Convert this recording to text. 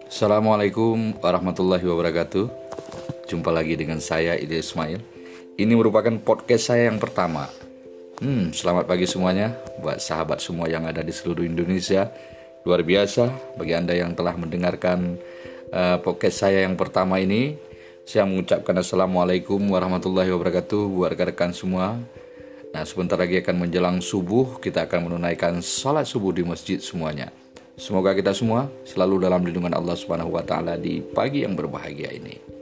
Assalamualaikum warahmatullahi wabarakatuh. Jumpa lagi dengan saya Ilyas Ismail. Ini merupakan podcast saya yang pertama. Selamat pagi semuanya buat sahabat semua yang ada di seluruh Indonesia. Luar biasa bagi Anda yang telah mendengarkan podcast saya yang pertama ini. Saya mengucapkan Assalamualaikum warahmatullahi wabarakatuh buat rekan-rekan semua. Nah, sebentar lagi akan menjelang subuh, kita akan menunaikan salat subuh di masjid semuanya. Semoga kita semua selalu dalam lindungan Allah Subhanahu wa taala di pagi yang berbahagia ini.